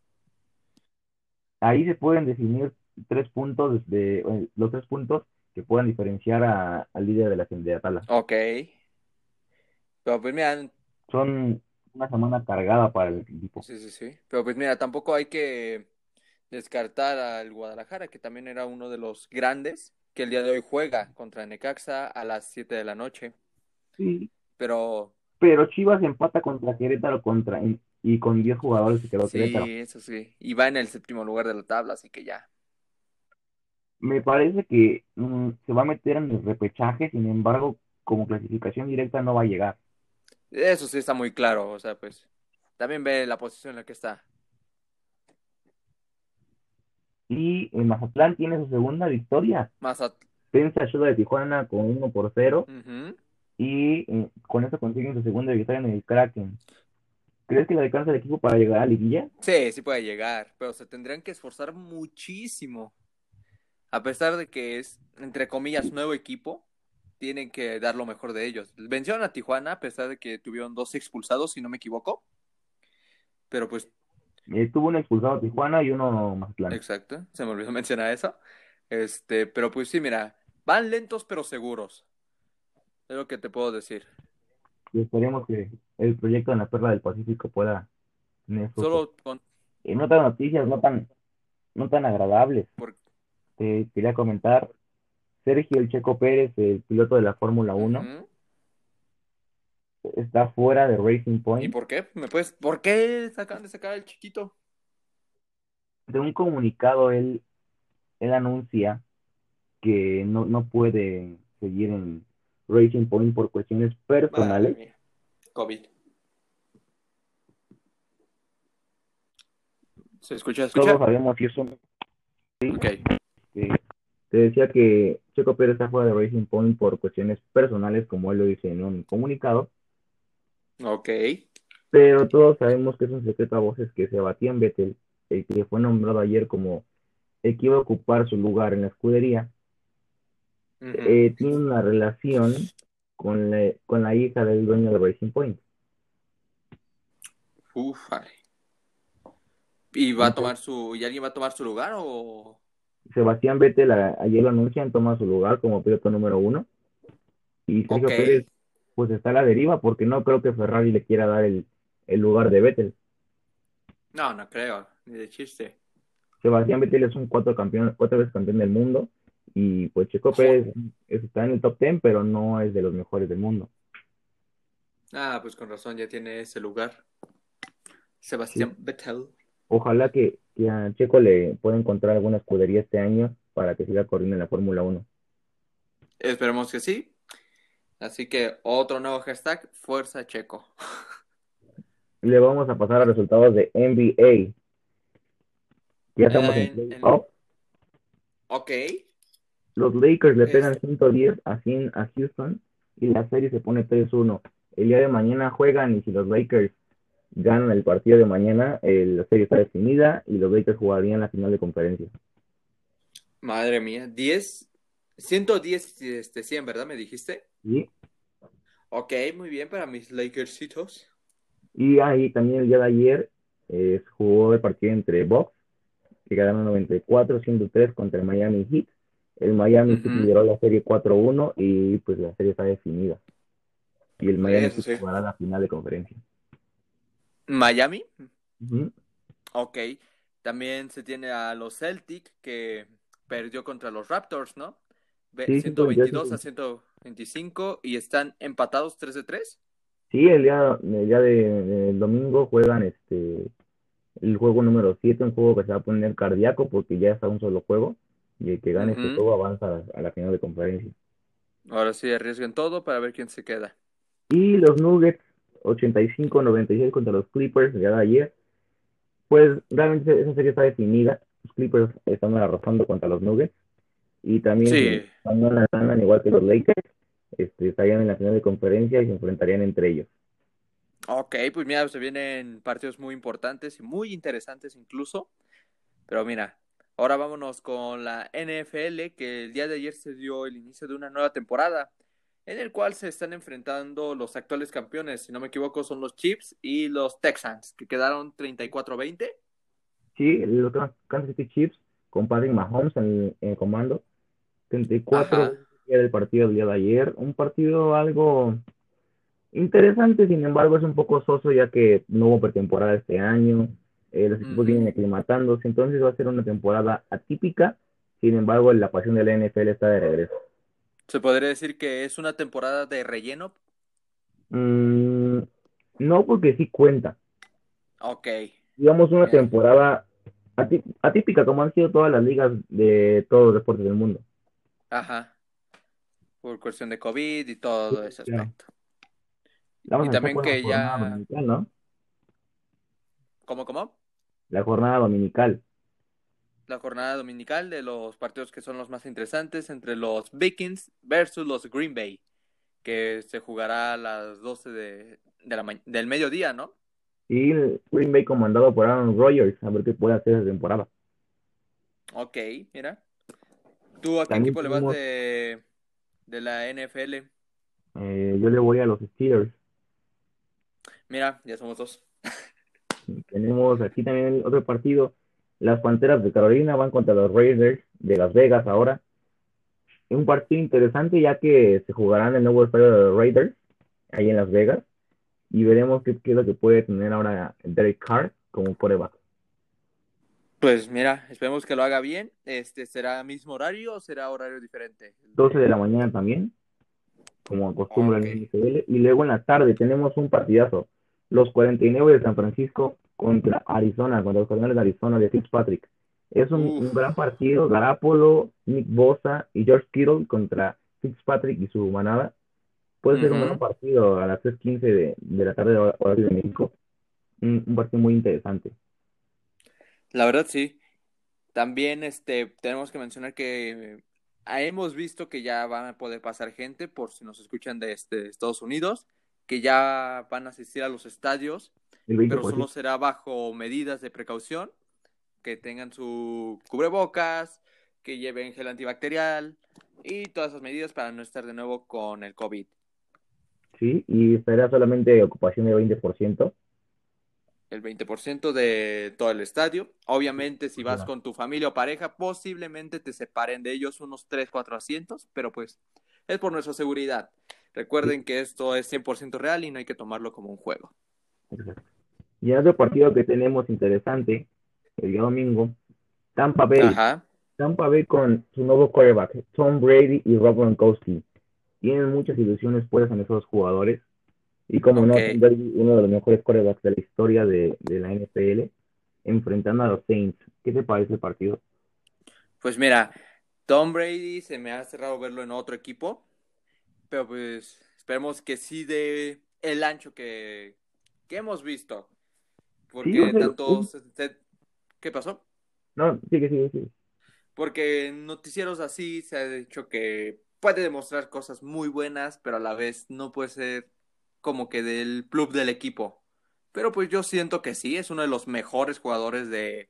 Ahí se pueden definir 3 puntos los 3 puntos que puedan diferenciar al líder de la tabla. Ok. Pero pues mira, Son una semana cargada para el equipo. sí, sí, sí. Pero pues mira, tampoco hay que descartar al Guadalajara, que también era uno de los grandes, que el día de hoy juega contra Necaxa a las 7 de la noche. Sí, Pero pero Chivas empata contra Querétaro y con 10 jugadores se quedó Querétaro. sí, eso sí. Y va en el séptimo lugar de la tabla, así que ya. Me parece que se va a meter en el repechaje, sin embargo, como clasificación directa no va a llegar. Eso sí está muy claro. O sea, pues también ve la posición en la que está. Y el Mazatlán tiene su segunda victoria. Mazat Vence a Ayuda de Tijuana con 1-0 Ujú. y con eso consiguen su segunda victoria en el Kraken. ¿Crees que le alcanza el equipo para llegar a liguilla? Sí, sí puede llegar, pero se tendrían que esforzar muchísimo. A pesar de que es, entre comillas, nuevo equipo, tienen que dar lo mejor de ellos. Vencieron a Tijuana, a pesar de que tuvieron 2 expulsados, si no me equivoco. Pero pues, Tuvo un expulsado a Tijuana y uno Mazatlán. exacto, se me olvidó mencionar eso. Pero pues sí, mira, van lentos pero seguros. Es lo que te puedo decir. Y esperemos que el proyecto en la Perla del Pacífico pueda tener frutos. Solo con En otras noticias no tan agradables, por, te quería comentar, Sergio El Checo Pérez, el piloto de la Fórmula 1, Ujú. está fuera de Racing ¿Y Point. por qué? ¿Por qué sacan de sacar al chiquito? De un comunicado, él anuncia que no puede seguir en Racing Point por cuestiones Madre personales. mía. COVID. ¿Se escucha? ¿Se Todos escucha? sabemos que eso Ok. que Te decía que Checo Pérez está fuera de Racing Point por cuestiones personales, como él lo dice en un comunicado, Ok. pero todos sabemos que es un secreto a voces que Sebastián Vettel, el que fue nombrado ayer como el que iba a ocupar su lugar en la escudería, Ujú. tiene una relación con la hija del dueño de Racing Point. Uf, vale. ¿Y va a tomar Entonces, su, y alguien va a tomar su lugar o? Sebastián Vettel ayer lo anuncian, toma su lugar como piloto número uno y Ok. Sergio Pérez pues está a la deriva porque no creo que Ferrari le quiera dar el lugar de Vettel. No, no creo, ni de chiste. Sebastián Vettel es un cuatro veces campeón del mundo y pues Checo Jo. Pérez está en el top 10, pero no es de los mejores del mundo. Ah, pues con razón ya tiene ese lugar. Sí. Sebastián Vettel. Ojalá que a Checo le pueda encontrar alguna escudería este año para que siga corriendo en la Fórmula Uno. Esperemos que sí. Así que otro nuevo hashtag, Fuerza Checo. Le vamos a pasar a resultados de NBA. Ya estamos en playoff. Ok. Los Lakers le Es, pegan 110 a Houston y la serie se pone 3-1. El día de mañana juegan y si los Lakers ganan el partido de mañana, la serie está definida y los Lakers jugarían la final de conferencia. madre mía, 110 100, ¿verdad? ¿Me dijiste? ¿Sí? Ok, muy bien para mis Lakersitos. Y ahí también el día de ayer jugó el partido entre Bucks, que ganaron 94-103 contra el Miami Heat. El Miami Heat Ujú. lideró la serie 4-1 y pues la serie está definida. Y el Miami Eso Heat sí. jugará la final de conferencia. Miami. Ujú. Ok. También se tiene a los Celtic que perdió contra los Raptors, ¿no? Sí, 122 a 122. 125 y están empatados 3-3. Sí, del domingo juegan el juego número 7, un juego que se va a poner cardíaco porque ya está un solo juego y el que gane este Ujú. juego avanza a la final de conferencia. Ahora sí arriesgan todo para ver quién se queda. Y los Nuggets 85-96 contra los Clippers ya de ayer. Pues realmente esa serie está definida. Los Clippers están arrasando contra los Nuggets y también si Sí. mañana ganan igual que los Lakers, estarían en la final de conferencia y se enfrentarían entre ellos. Ok, pues mira, se vienen partidos muy importantes y muy interesantes incluso. Pero mira, ahora vámonos con la NFL, que el día de ayer se dio el inicio de una nueva temporada, en el cual se están enfrentando los actuales campeones, si no me equivoco, son los Chiefs y los Texans, que quedaron 34-20. Sí, los Kansas City Chiefs con Patrick Mahomes en el comando. 34 Ajá. día del partido del día de ayer. Un partido algo interesante, sin embargo, es un poco soso ya que no hubo pretemporada este año. Los equipos Ujú. vienen aclimatándose, entonces va a ser una temporada atípica. Sin embargo, la pasión de la NFL está de regreso. Se podría decir que es una temporada de relleno. Mm, no porque sí cuenta. Ok. Digamos una Mira. temporada atípica como han sido todas las ligas de todos los deportes del mundo. Ajá. Por cuestión de COVID y Sí, todo ese claro. aspecto. Vamos Y a empezar también con la que jornada ya. dominical, ¿no? ¿Cómo? La jornada dominical. La jornada dominical de los partidos que son los más interesantes entre los Vikings versus los Green Bay, que se jugará a las 12 del mediodía, ¿no? Y el Green Bay comandado por Aaron Rodgers, a ver qué puede hacer esta temporada. Ok, mira. ¿Tú a qué También equipo le vas tenemos, de la NFL? yo le voy a los Steelers. Mira, ya somos dos. Tenemos aquí también otro partido. Las Panteras de Carolina van contra los Raiders de Las Vegas ahora. Un partido interesante ya que se jugará en el nuevo estadio de los Raiders, ahí en Las Vegas. Y veremos qué es lo que puede tener ahora Derek Carr como quarterback. Pues mira, esperemos que lo haga bien. ¿Será mismo horario o será horario diferente? 12 de la mañana también, como acostumbra Ok. el NFL. Y luego en la tarde tenemos un partidazo. Los 49 de San Francisco contra Arizona, contra los Cardenales de Arizona de Fitzpatrick. Es un Uf. gran partido. Garapolo, Nick Bosa y George Kittle contra Fitzpatrick y su manada. Puede ser un gran Ujú. partido a las 3:15 de la tarde, horario de México. Un partido muy interesante. La verdad sí. También tenemos que mencionar que hemos visto que ya van a poder pasar gente, por si nos escuchan de Estados Unidos, que ya van a asistir a los estadios, El veinte pero por solo ciento será bajo medidas de precaución, que tengan su cubrebocas, que lleven gel antibacterial y todas esas medidas para no estar de nuevo con el COVID. Sí, y será solamente ocupación de 20%. El 20% de todo el estadio. Obviamente, si vas Ajá. con tu familia o pareja, posiblemente te separen de ellos unos 3 4 asientos, pero pues es por nuestra seguridad. Sí, Recuerden que esto es 100% real y no hay que tomarlo como un juego. exacto. Y otro partido que tenemos interesante, el día domingo, Tampa Bay. Ajá, Tampa Bay con su nuevo quarterback, Tom Brady y Rob Gronkowski. Tienen muchas ilusiones puestas en esos jugadores. Y como ok. no, Tom Brady, uno de los mejores quarterbacks de la historia de la NFL, enfrentando a los Saints. ¿Qué te parece el partido? Pues mira, Tom Brady se me ha cerrado verlo en otro equipo, pero pues esperemos que sí dé el ancho que hemos visto, Sí, va a porque ser tanto... ¿Qué pasó? No, sigue, sigue, sigue. Porque en noticieros así se ha dicho que puede demostrar cosas muy buenas, pero a la vez no puede ser como que del club del equipo. Pero pues yo siento que sí, es uno de los mejores jugadores de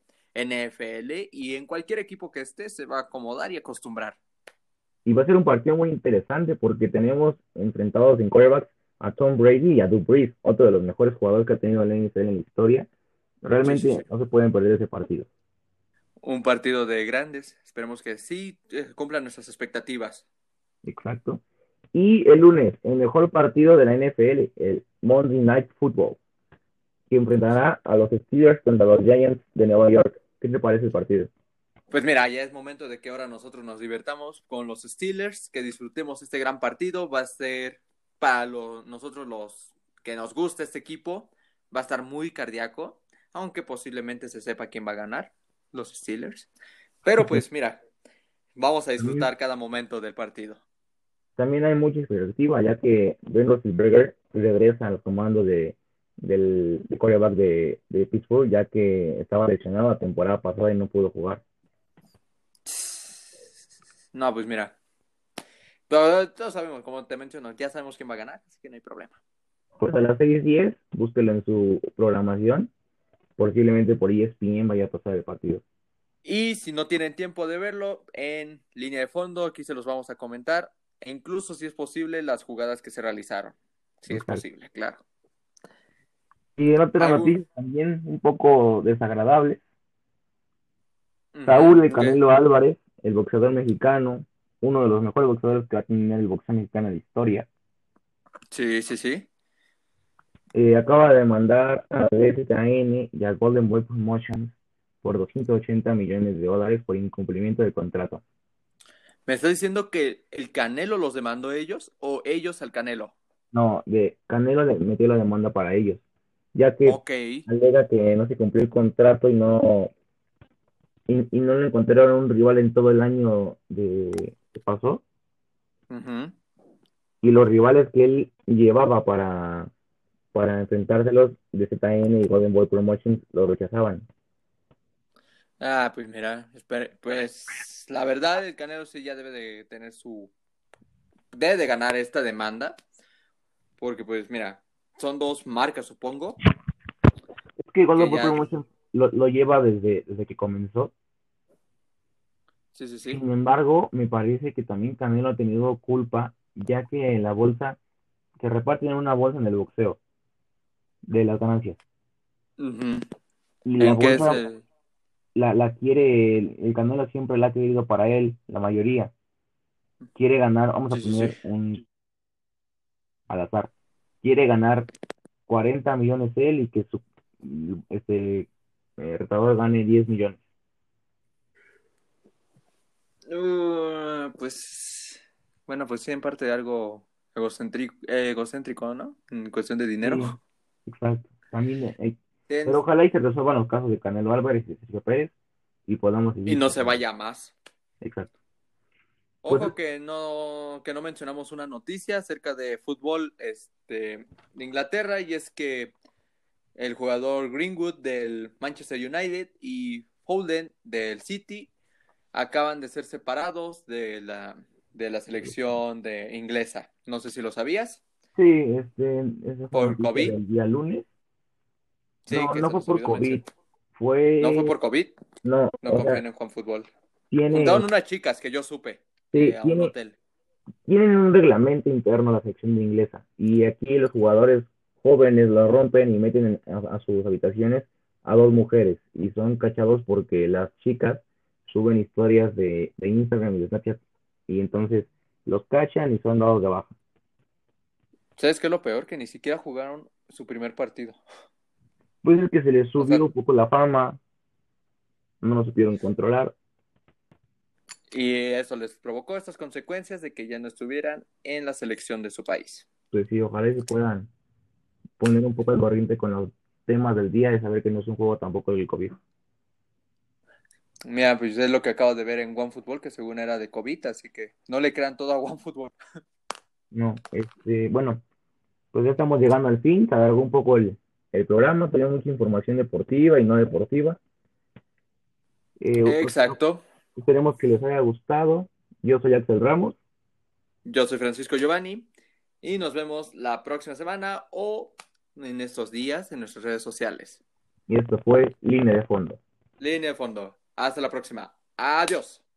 NFL y en cualquier equipo que esté se va a acomodar y acostumbrar. Y va a ser un partido muy interesante porque tenemos enfrentados en quarterbacks a Tom Brady y a Drew Brees, otro de los mejores jugadores que ha tenido la NFL en la historia. Sí, sí, sí. Realmente no se pueden perder ese partido. Un partido de grandes. Esperemos que sí cumplan nuestras expectativas. Exacto. Y el lunes, el mejor partido de la NFL, el Monday Night Football, que enfrentará a los Steelers contra los Giants de Nueva York. ¿Qué te parece el partido? Pues mira, ya es momento de que ahora nosotros nos divertamos con los Steelers, que disfrutemos este gran partido. Va a ser para nosotros los que nos gusta este equipo, va a estar muy cardíaco, aunque posiblemente se sepa quién va a ganar, los Steelers. Pero pues mira, vamos a También, disfrutar cada momento del partido. también hay mucha expectativa, ya que Ben Roethlisberger regresa a los comandos del quarterback de Pittsburgh, ya que estaba lesionado la temporada pasada y no pudo jugar. No, pues mira, todos sabemos, como te menciono, ya sabemos quién va a ganar, así que no hay problema. Pues a las 6:10, búsquelo en su programación, posiblemente por ESPN vaya a pasar el partido. Y si no tienen tiempo de verlo, en línea de fondo, aquí se los vamos a comentar, e incluso si es posible, las jugadas que se realizaron. Si es Exacto. posible, claro. Y en otras ¿Algún? noticias también un poco desagradables, Ujú, Saúl El ok. Canelo Álvarez, el boxeador mexicano, uno de los mejores boxeadores que va a tener el boxeo mexicano en la historia, Sí, sí, sí. acaba de demandar a BZN y a Golden Boy Promotions por $280 millones por incumplimiento del contrato. ¿Me estás diciendo que el Canelo los demandó ellos o ellos al Canelo? No, de Canelo le metió la demanda para ellos, ya que Ok. alega que no se cumplió el contrato y no le encontraron un rival en todo el año que pasó, Ujú. y los rivales que él llevaba para enfrentárselos de ZN y Golden Boy Promotions lo rechazaban. Ah, pues mira, pues la verdad el Canelo sí ya debe de tener debe de ganar esta demanda, porque pues mira, son dos marcas, supongo, Es que Golden que Boy ya, Promotions lo lleva desde que comenzó. sí, sí, sí. Sin embargo, me parece que también Canelo ha tenido culpa, ya que en la bolsa se reparten una bolsa en el boxeo de las ganancias. Ujú. Y la ¿En qué es bolsa la quiere, el Canelo siempre la ha querido para él, la mayoría. Quiere ganar, vamos a Sí, sí, sí. poner un al azar, quiere ganar 40 millones él y que su este retador gane 10 millones. Pues, bueno, pues sí, en parte algo egocéntrico, ¿no? En cuestión de Sí, dinero. exacto. También, Ten- pero ojalá y se resuelvan los casos de Canelo Álvarez y Sergio Pérez y podamos Y seguir no se jugando. vaya más. Exacto. Pues Ojo que no mencionamos una noticia acerca de fútbol de Inglaterra, y es que el jugador Greenwood del Manchester United y Foden del City acaban de ser separados de la selección de inglesa. No sé si lo sabías, Sí, esa fue la por noticia COVID. del día lunes. Sí, No, que no se fue nos por olvidó COVID, mencionar. ¿No fue fue, por COVID? no, No o sea, confíen en Juan Fútbol. tiene, Juntaron unas chicas que yo supe sí, a un hotel. tienen un reglamento interno la sección de inglesa y aquí los jugadores jóvenes lo rompen y meten a sus habitaciones a dos mujeres y son cachados porque las chicas suben historias de Instagram y de Snapchat y entonces los cachan y son dados de baja. ¿Sabes qué es lo peor? Que ni siquiera jugaron su primer partido. Pues es que se les O subió sea, un poco la fama, no lo supieron controlar, y eso les provocó estas consecuencias de que ya no estuvieran en la selección de su país. pues sí, ojalá se puedan poner un poco al corriente con los temas del día y saber que no es un juego tampoco del COVID. Mira, pues es lo que acabo de ver en OneFootball, que según era de COVID, así que no le crean todo a OneFootball. No, bueno, pues ya estamos llegando al fin, se alargó un poco el programa, tenemos mucha información deportiva y no deportiva. Pues, Exacto. esperemos que les haya gustado. Yo soy Axel Ramos Yo soy Francisco Giovanni y nos vemos la próxima semana o en estos días en nuestras redes sociales. y esto fue Línea de Fondo. Línea de fondo. Hasta la próxima. Adiós.